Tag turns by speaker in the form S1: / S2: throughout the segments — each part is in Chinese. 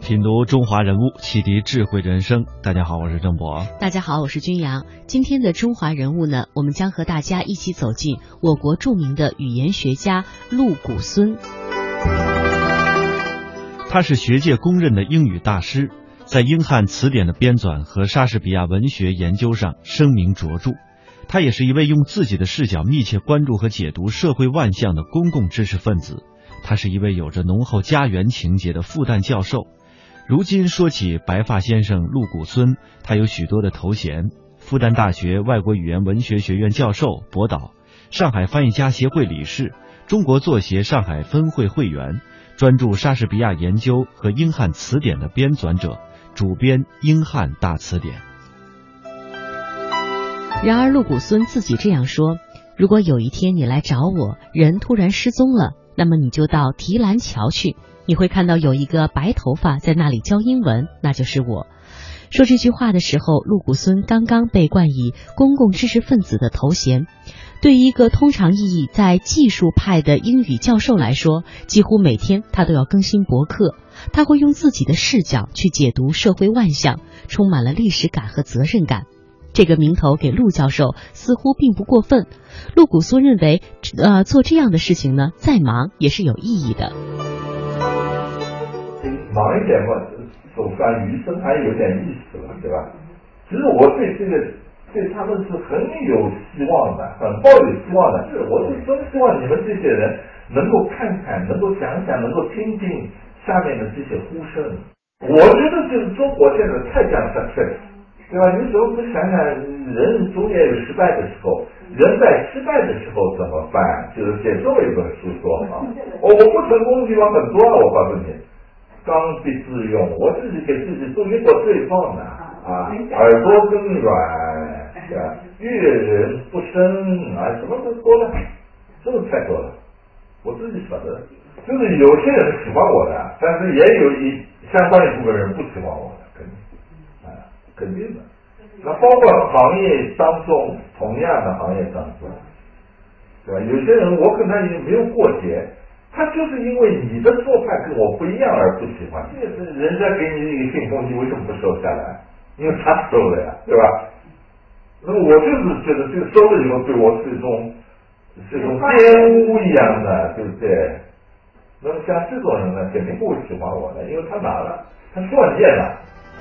S1: 品读中华人物，启迪智慧人生。大家好，我是郑博。
S2: 大家好，我是君阳。今天的中华人物呢，我们将和大家一起走进我国著名的语言学家陆谷孙。
S1: 他是学界公认的英语大师，在英汉词典的编纂和莎士比亚文学研究上声名卓著。他也是一位用自己的视角密切关注和解读社会万象的公共知识分子。他是一位有着浓厚家园情结的复旦教授。如今说起白发先生陆谷孙，他有许多的头衔：复旦大学外国语言文学学院教授、博导，上海翻译家协会理事，中国作协上海分会会员，专注莎士比亚研究和英汉词典的编纂者，主编英汉大词典。
S2: 然而陆谷孙自己这样说：如果有一天你来找我，人突然失踪了，那么你就到提篮桥去，你会看到有一个白头发在那里教英文，那就是我。说这句话的时候，陆谷孙刚刚被冠以公共知识分子的头衔。对于一个通常意义在技术派的英语教授来说，几乎每天他都要更新博客，他会用自己的视角去解读社会万象，充满了历史感和责任感。这个名头给陆教授似乎并不过分。陆谷孙认为做这样的事情呢，再忙也是有意义的。
S3: 忙一点嘛，手上余生还有点意思了，对吧？其实我对他们是很有希望的，很抱有希望的。我是真希望你们这些人能够看看，能够想想，能够听听下面的这些呼声。我觉得就是中国现在太讲 success， 对吧？有时候不想想，人总也有失败的时候，人在失败的时候怎么办？就是写这么一本书说啊，我不成功的地方很多了，我告诉你，刚愎自用，我自己给自己做一个最棒的啊，耳朵更软，阅人不深啊，什么都多了，这个太多了。我自己晓得，就是有些人喜欢我的，但是也有相当一部分人不喜欢我的，肯定的。那包括行业当中，同样的行业当中，对吧？有些人我跟他也没有过节，他就是因为你的做派跟我不一样而不喜欢。这是人家给你一个信封，你为什么不收下来？因为他收了呀，对吧？那么我就是觉得这个收了以后对我是一种玷污一样的，对不对？那么像这种人呢，肯定不会喜欢我的，因为他拿了，他希望你也拿。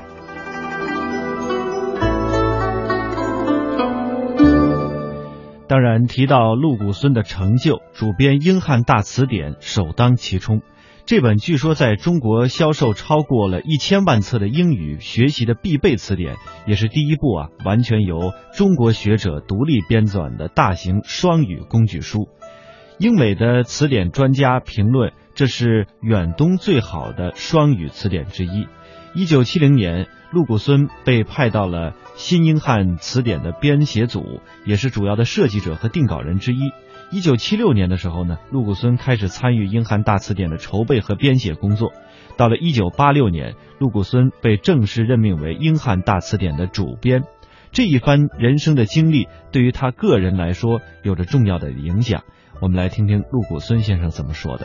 S1: 当然，提到陆谷孙的成就，主编英汉大词典首当其冲。这本据说在中国销售超过了1000万册的英语学习的必备词典，也是第一部完全由中国学者独立编纂的大型双语工具书。英美的词典专家评论，这是远东最好的双语词典之一。1970年，陆谷孙被派到了新英汉词典的编写组，也是主要的设计者和定稿人之一。1976年的时候呢，陆谷孙开始参与英汉大词典的筹备和编写工作。到了1986年，陆谷孙被正式任命为英汉大词典的主编。这一番人生的经历对于他个人来说有着重要的影响。我们来听听陆谷孙先生怎么说的。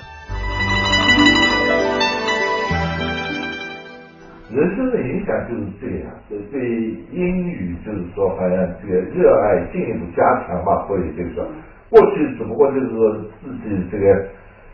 S3: 人生的影响就是这样，对英语就是说好像这个热爱进一步加强吧，或者就是说过去只不过就是说自己这个，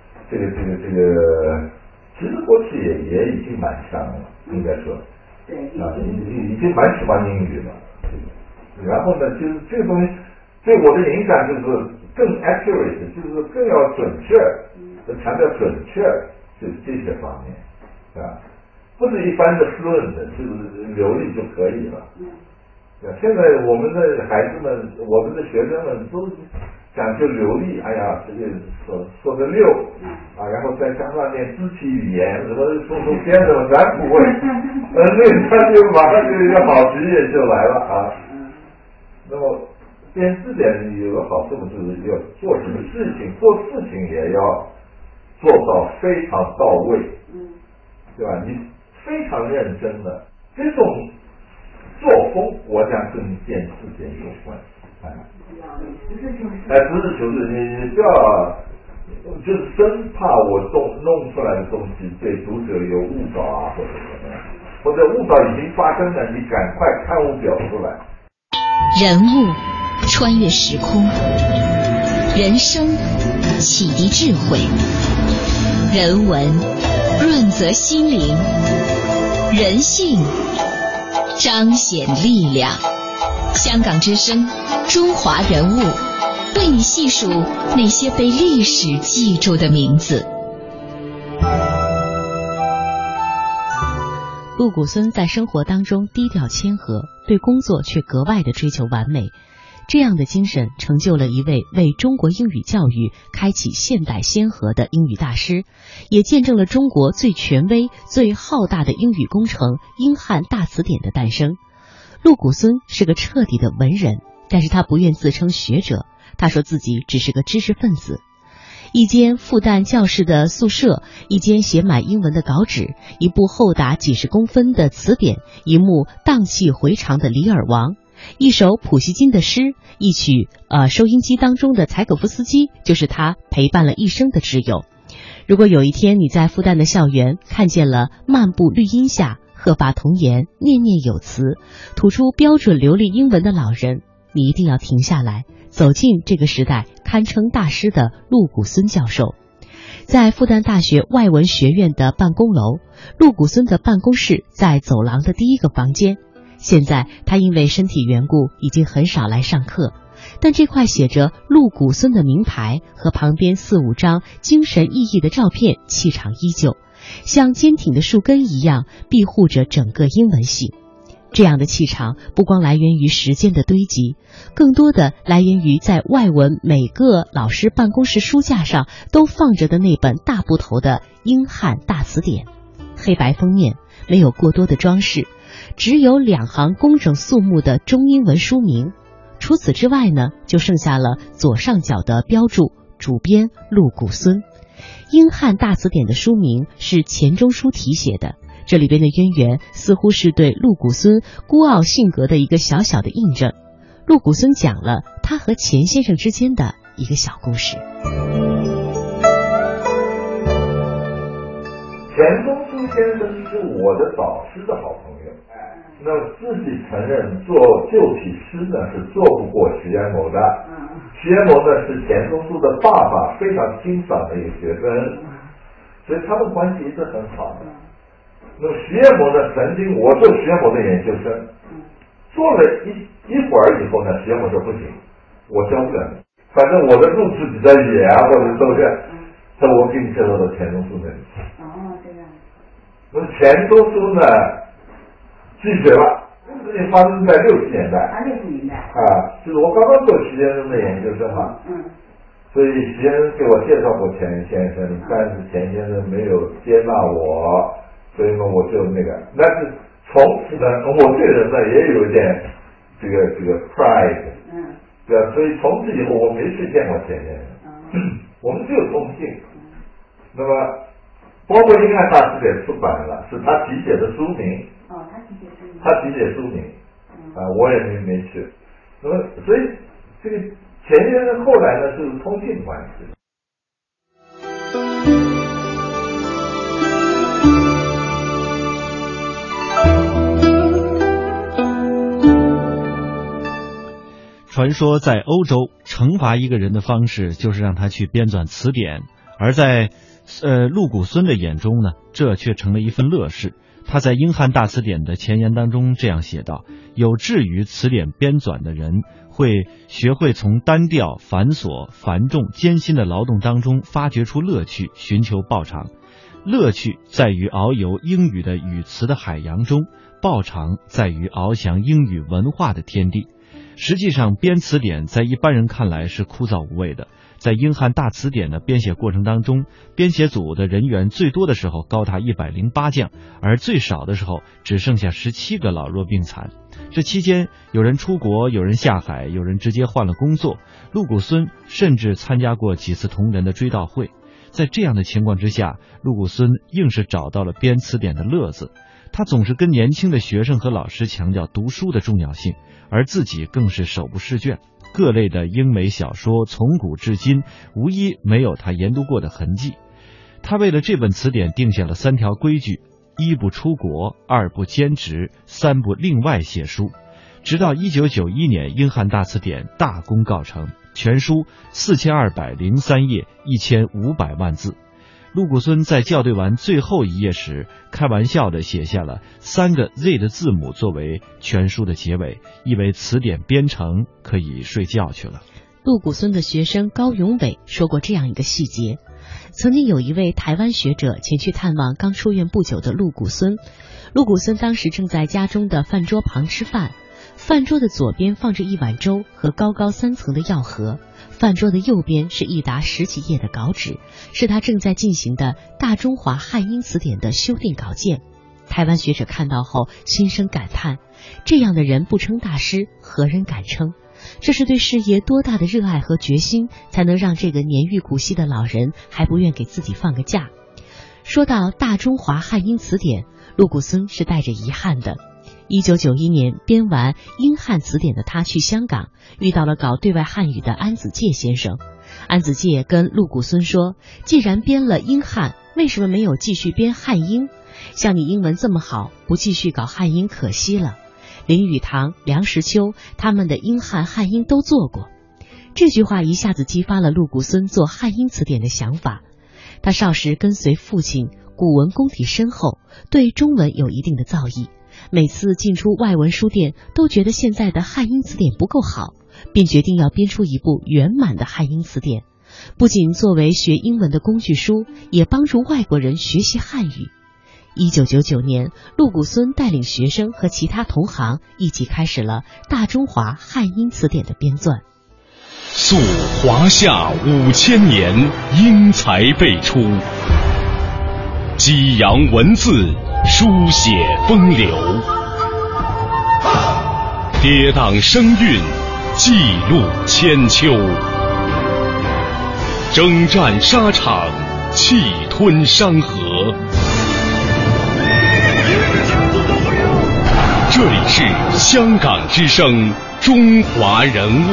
S3: 其实过去也已经蛮强了，应该说，已经蛮喜欢英语了。然后呢，就是这个东西对我的影响就是更 accurate， 就是更要准确，强调准确，就是这些方面，啊。不是一般的 fluent， 就是流利就可以了。现在我们的孩子们，我们的学生们都讲究流利，哎呀，这个说的溜啊，然后再加上点肢体语言，什么说边什么全不会，那他就马上就一个好职业就来了啊。那么编字典有个好处就是要做什么事情，做事情也要做到非常到位，对吧？你非常认真的这种作风，我想跟编字典有关。实事求是，你不要就是生怕我弄出来的东西对读者有误导啊或者什么或者误导已经发生了，你赶快刊物表出来。
S4: 人物穿越时空，人生启迪智慧，人文润泽心灵，人性彰显力量。香港之声，中华人物，为你细数那些被历史记住的名字。
S2: 陆谷孙在生活当中低调谦和，对工作却格外的追求完美。这样的精神成就了一位为中国英语教育开启现代先河的英语大师，也见证了中国最权威、最浩大的英语工程英汉大词典的诞生。陆谷孙是个彻底的文人，但是他不愿自称学者，他说自己只是个知识分子。一间复旦教室的宿舍，一间写满英文的稿纸，一部厚达几十公分的词典，一幕荡气回肠的《李尔王》，一首普希金的诗，一曲收音机当中的柴可夫斯基，就是他陪伴了一生的挚友。如果有一天你在复旦的校园看见了漫步绿荫下、鹤发童颜、念念有词、吐出标准流利英文的老人，你一定要停下来，走进这个时代堪称大师的陆谷孙教授。在复旦大学外文学院的办公楼，陆谷孙的办公室在走廊的第一个房间。现在他因为身体缘故已经很少来上课，但这块写着陆谷孙的名牌和旁边4、5张精神奕奕的照片气场依旧，像坚挺的树根一样庇护着整个英文系。这样的气场不光来源于时间的堆积，更多的来源于在外文每个老师办公室书架上都放着的那本大部头的英汉大词典。黑白封面，没有过多的装饰，只有2行工整肃穆的中英文书名。除此之外呢，就剩下了左上角的标注主编陆谷孙。英汉大词典的书名是钱钟书题写的，这里边的渊源似乎是对陆谷孙孤傲性格的一个小小的印证。陆谷孙讲了他和钱先生之间的一个小故事。
S3: 钱钟书先生是我的导师的好朋友，那自己承认做旧体诗呢是做不过徐延谋的。徐延谋呢是钱钟书的爸爸非常欣赏的一个学生，所以他们关系一直很好的。那么徐延谋呢，曾经我做徐延谋的研究生，做了一会儿以后呢，徐延谋说不行，我教不了你，反正我的路子比较野啊，或者是不是？所以我给你介绍到钱钟书那里去。那么钱钟书呢拒绝了，事情发生在60年代。60年代就是我刚刚做徐先生的研究生嘛。所以徐先生给我介绍过钱先生，但是钱先生没有接纳我，所以呢我就那个，但是从此呢，我这人呢也有一点这个 pride，对吧？所以从此以后我没去见过钱先生，我们只有通信。那么包括英汉大词典出版了，是他题写的书名。他题写书名。我也没去。那么所以这个钱先生后来呢是通信关系。
S1: 传说在欧洲，惩罚一个人的方式就是让他去编纂词典，而在陆谷孙的眼中呢，这却成了一份乐事。他在英汉大词典的前言当中这样写道：有志于词典编纂的人会学会从单调、繁琐、繁重、艰辛的劳动当中发掘出乐趣，寻求报偿。乐趣在于遨游英语的语词的海洋中，报偿在于翱翔英语文化的天地。实际上，编词典在一般人看来是枯燥无味的。在英汉大词典的编写过程当中，编写组的人员最多的时候高达108将，而最少的时候只剩下17个老弱病残。这期间，有人出国，有人下海，有人直接换了工作。陆谷孙甚至参加过几次同仁的追悼会。在这样的情况之下，陆谷孙硬是找到了编词典的乐子。他总是跟年轻的学生和老师强调读书的重要性，而自己更是手不释卷。各类的英美小说从古至今无一没有他研读过的痕迹。他为了这本词典定下了3条规矩： 一不出国，二不兼职，三不另外写书。直到1991年，英汉大词典大功告成，全书4203页，1500万字。陆谷孙在校对完最后一页时，开玩笑地写下了3个 Z 的字母作为全书的结尾，意为词典编成，可以睡觉去了。
S2: 陆谷孙的学生高永伟说过这样一个细节：曾经有一位台湾学者前去探望刚出院不久的陆谷孙，陆谷孙当时正在家中的饭桌旁吃饭，饭桌的左边放着一碗粥和高高3层的药盒，饭桌的右边是一沓10几页的稿纸，是他正在进行的大中华汉英词典的修订稿件。台湾学者看到后心生感叹，这样的人不称大师，何人敢称？这是对事业多大的热爱和决心，才能让这个年逾古稀的老人还不愿给自己放个假。说到大中华汉英词典，陆谷孙是带着遗憾的。1991年编完英汉词典的他去香港，遇到了搞对外汉语的安子介先生。安子介跟陆谷孙说，既然编了英汉，为什么没有继续编汉英？像你英文这么好，不继续搞汉英可惜了。林语堂、梁实秋他们的英汉汉英都做过。这句话一下子激发了陆谷孙做汉英词典的想法。他少时跟随父亲，古文功底深厚，对中文有一定的造诣。每次进出外文书店，都觉得现在的汉英词典不够好，便决定要编出一部圆满的汉英词典，不仅作为学英文的工具书，也帮助外国人学习汉语。1999年，陆谷孙带领学生和其他同行一起开始了大中华汉英词典的编纂。
S5: 溯华夏5000年，英才辈出，激扬文字，书写风流，跌宕声韵，记录千秋，征战沙场，气吞山河。这里是香港之声，中华人物。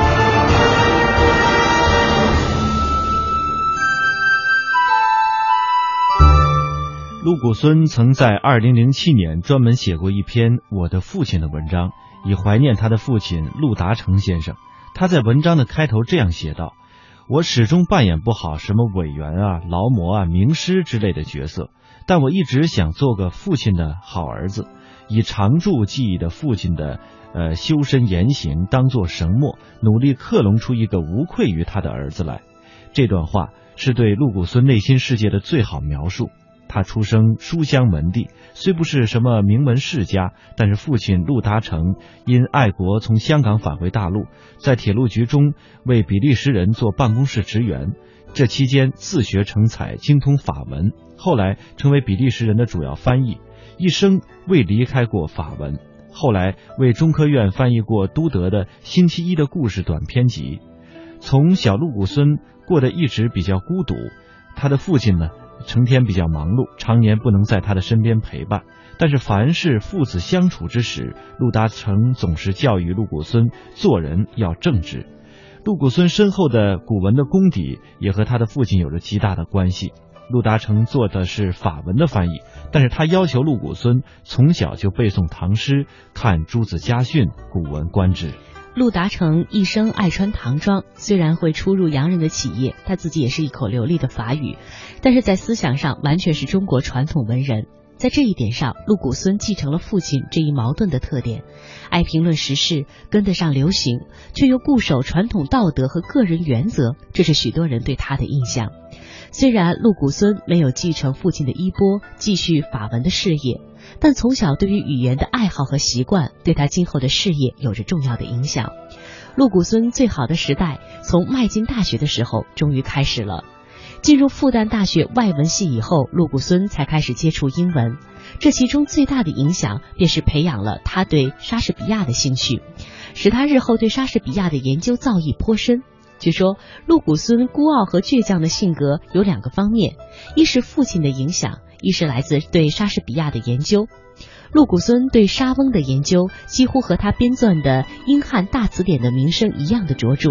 S1: 陆谷孙曾在2007年专门写过一篇我的父亲的文章，以怀念他的父亲陆达成先生。他在文章的开头这样写道：我始终扮演不好什么委员啊、劳模啊、名师之类的角色，但我一直想做个父亲的好儿子，以常驻记忆的父亲的修身言行当作绳墨，努力克隆出一个无愧于他的儿子来。这段话是对陆谷孙内心世界的最好描述。他出生书香门第，虽不是什么名门世家，但是父亲陆达成因爱国从香港返回大陆，在铁路局中为比利时人做办公室职员，这期间自学成才，精通法文，后来成为比利时人的主要翻译，一生未离开过法文，后来为中科院翻译过都德的《星期一的故事》短篇集。从小陆谷孙过得一直比较孤独，他的父亲呢成天比较忙碌，常年不能在他的身边陪伴，但是凡是父子相处之时，陆达成总是教育陆谷孙做人要正直。陆谷孙深厚的古文的功底也和他的父亲有着极大的关系。陆达成做的是法文的翻译，但是他要求陆谷孙从小就背诵唐诗，看诸子家训，古文观止。
S2: 陆达成一生爱穿唐装，虽然会出入洋人的企业，他自己也是一口流利的法语，但是在思想上完全是中国传统文人。在这一点上，陆谷孙继承了父亲这一矛盾的特点，爱评论时事，跟得上流行，却又固守传统道德和个人原则，这是许多人对他的印象。虽然陆谷孙没有继承父亲的衣钵，继续法文的事业，但从小对于语言的爱好和习惯，对他今后的事业有着重要的影响。陆谷孙最好的时代，从迈进大学的时候终于开始了。进入复旦大学外文系以后，陆谷孙才开始接触英文，这其中最大的影响便是培养了他对莎士比亚的兴趣，使他日后对莎士比亚的研究造诣颇深。据说陆谷孙孤傲和倔强的性格有2个方面，一是父亲的影响，一是来自对莎士比亚的研究。陆谷孙对莎翁的研究几乎和他编纂的英汉大词典的名声一样的卓著，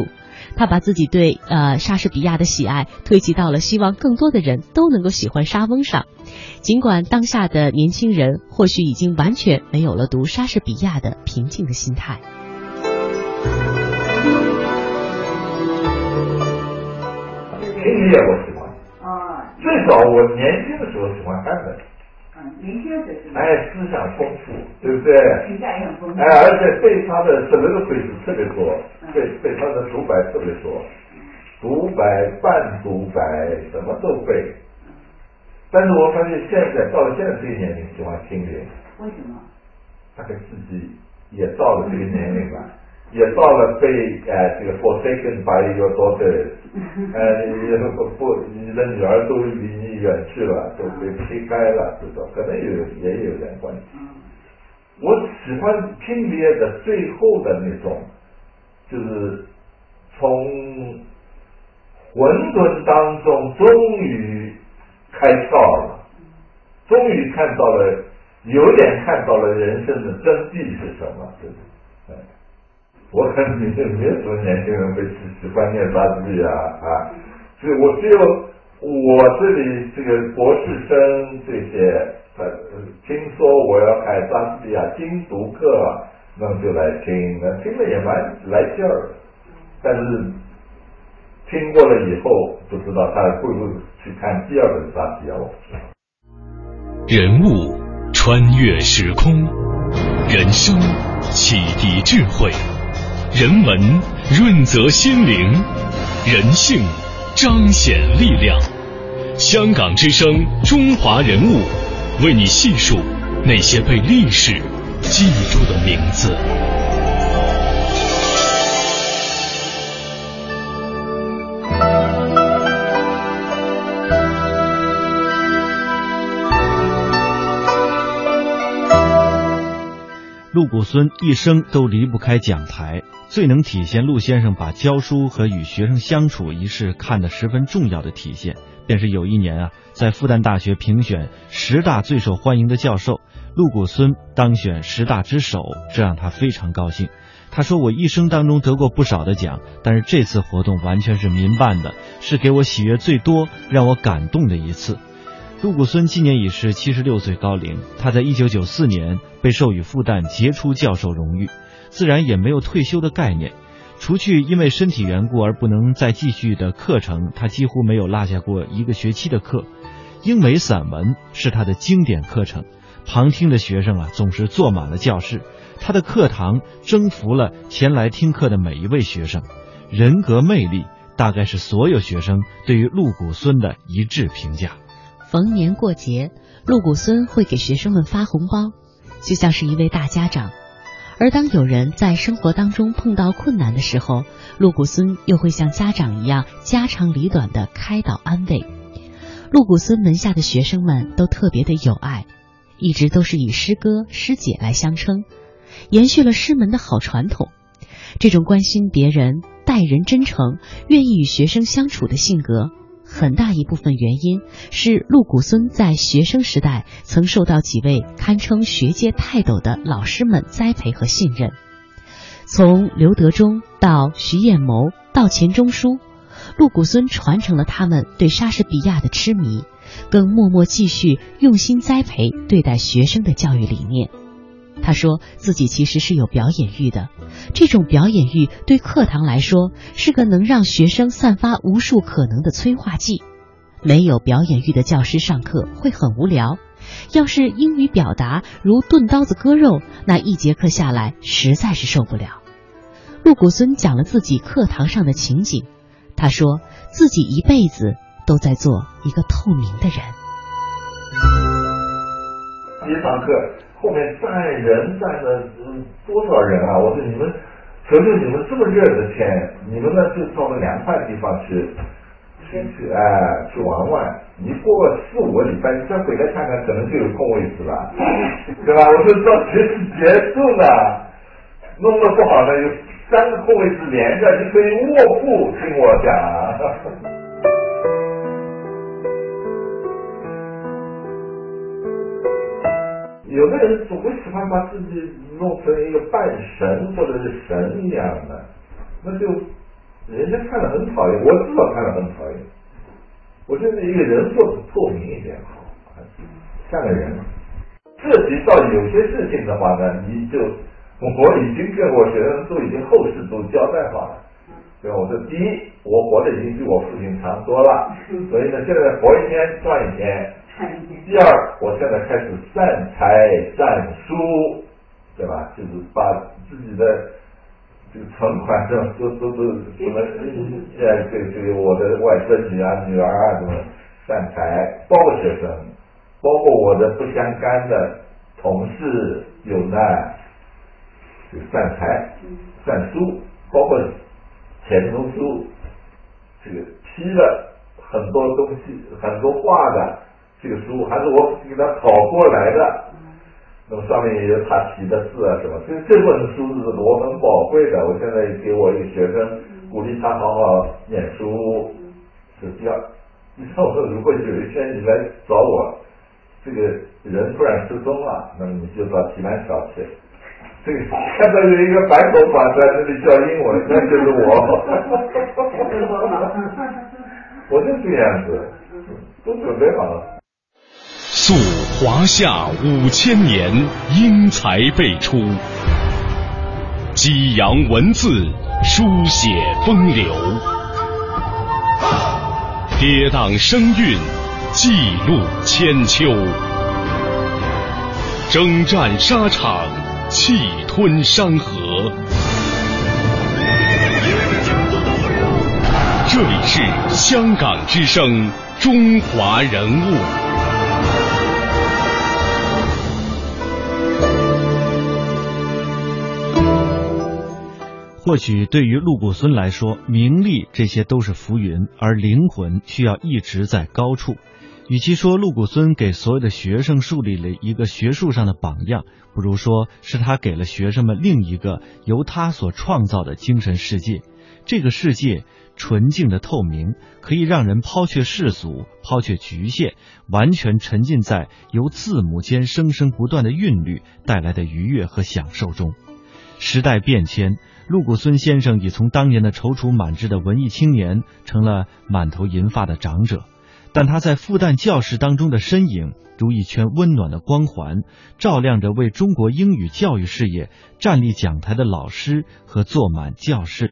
S2: 他把自己对莎士比亚的喜爱推及到了希望更多的人都能够喜欢莎翁上。尽管当下的年轻人或许已经完全没有了读莎士比亚的平静的心态。
S3: 评理我喜欢最早我年轻的时候喜欢汉本。
S6: 年轻的时候
S3: 思想丰富，对不对？
S6: 评价也很丰富。
S3: 而且背他的什么的会是特别多，背他的独白特别多，独白、半独白，什么都背。但是我发现现在到了现在这个年龄喜欢听人。
S6: 为什么？
S3: 大概自己也到了这个年龄了，也到了被这个 forsaken by your daughter， 你的女儿都离你远去了，都被推开了，这种可能也有点关系。我喜欢听别人的最后的那种，就是从混沌当中终于开窍了，终于看到了，有点看到了人生的真谛是什么，对不对？我看没有什么年轻人会喜欢念莎士比亚所以我只有我这里这个博士生这些，听说我要开莎士比亚精读课，那么就来听，听了也蛮来劲儿，但是听过了以后，不知道他会不会去看第二本莎士比亚，我不知道。
S5: 人物穿越时空，人生启迪智慧，人文润泽心灵，人性彰显力量。香港之声中华人物，为你细数那些被历史记住的名字。
S1: 陆谷孙一生都离不开讲台，最能体现陆先生把教书和与学生相处一事看得十分重要的体现，便是有一年在复旦大学评选10大最受欢迎的教授，陆谷孙当选10大之首，这让他非常高兴。他说，我一生当中得过不少的奖，但是这次活动完全是民办的，是给我喜悦最多让我感动的一次。陆谷孙今年已是76岁高龄，他在1994年被授予复旦杰出教授荣誉，自然也没有退休的概念。除去因为身体缘故而不能再继续的课程，他几乎没有落下过一个学期的课。英美散文是他的经典课程，旁听的学生总是坐满了教室，他的课堂征服了前来听课的每一位学生，人格魅力大概是所有学生对于陆谷孙的一致评价。
S2: 逢年过节，陆谷孙会给学生们发红包，就像是一位大家长。而当有人在生活当中碰到困难的时候，陆谷孙又会像家长一样家长里短的开导安慰。陆谷孙门下的学生们都特别的有爱，一直都是以师哥师姐来相称，延续了师门的好传统。这种关心别人、待人真诚、愿意与学生相处的性格，很大一部分原因是陆谷孙在学生时代曾受到几位堪称学界泰斗的老师们栽培和信任。从刘德中到徐彦谋到钱钟书，陆谷孙传承了他们对莎士比亚的痴迷，更默默继续用心栽培对待学生的教育理念。他说自己其实是有表演欲的，这种表演欲对课堂来说是个能让学生散发无数可能的催化剂。没有表演欲的教师上课会很无聊，要是英语表达如钝刀子割肉，那一节课下来实在是受不了。陆谷孙讲了自己课堂上的情景，他说自己一辈子都在做一个透明的人。
S3: 一堂课后面站了多少人啊！我说你们，求求你们这么热的天，你们呢就到了凉快的地方去玩玩。你过个4-5个礼拜，你再回来看看，可能就有空位置了，对吧？我说到学习结束了，弄得不好呢，有3个空位置连着，你可以卧铺听我讲。有的人总会喜欢把自己弄成一个半神或者是神一样的，那就人家看了很讨厌，我知道看了很讨厌。我觉得一个人做透明一点好，像个人。涉及到有些事情的话呢，我已经跟我学生都已经后事都交代好了。对吧？我说第一，我活的已经比我父亲长多了，所以呢，现在活一天赚一天。第二，我现在开始善财善书，对吧？就是把自己的这个存款都什么对我的外孙女啊、女儿啊什么善财，包括学生，包括我的不相干的同事有难，就善财善书，包括钱钟书这个批了很多东西、很多话的这个书，还是我给他考过来的。那么上面也有他提的字啊什么，这本书是我很宝贵的。我现在给我一个学生鼓励他好好念书。是第二，你说如果有一天你来找我，这个人突然失踪了，那么你就到提篮桥去。这个看到有一个白头发在那里叫英文，那就是我。我就这样子，都准备好了。
S5: 溯华夏5000年，英才辈出，激扬文字，书写风流，跌宕声韵，记录千秋，征战沙场，气吞山河。这里是香港之声，中华人物。
S1: 或许对于陆谷孙来说，名利这些都是浮云，而灵魂需要一直在高处。与其说陆谷孙给所有的学生树立了一个学术上的榜样，不如说是他给了学生们另一个由他所创造的精神世界。这个世界纯净的透明，可以让人抛却世俗，抛却局限，完全沉浸在由字母间生生不断的韵律带来的愉悦和享受中。时代变迁，陆谷孙先生已从当年的踌躇满志的文艺青年成了满头银发的长者，但他在复旦教室当中的身影如一圈温暖的光环，照亮着为中国英语教育事业站立讲台的老师和坐满教室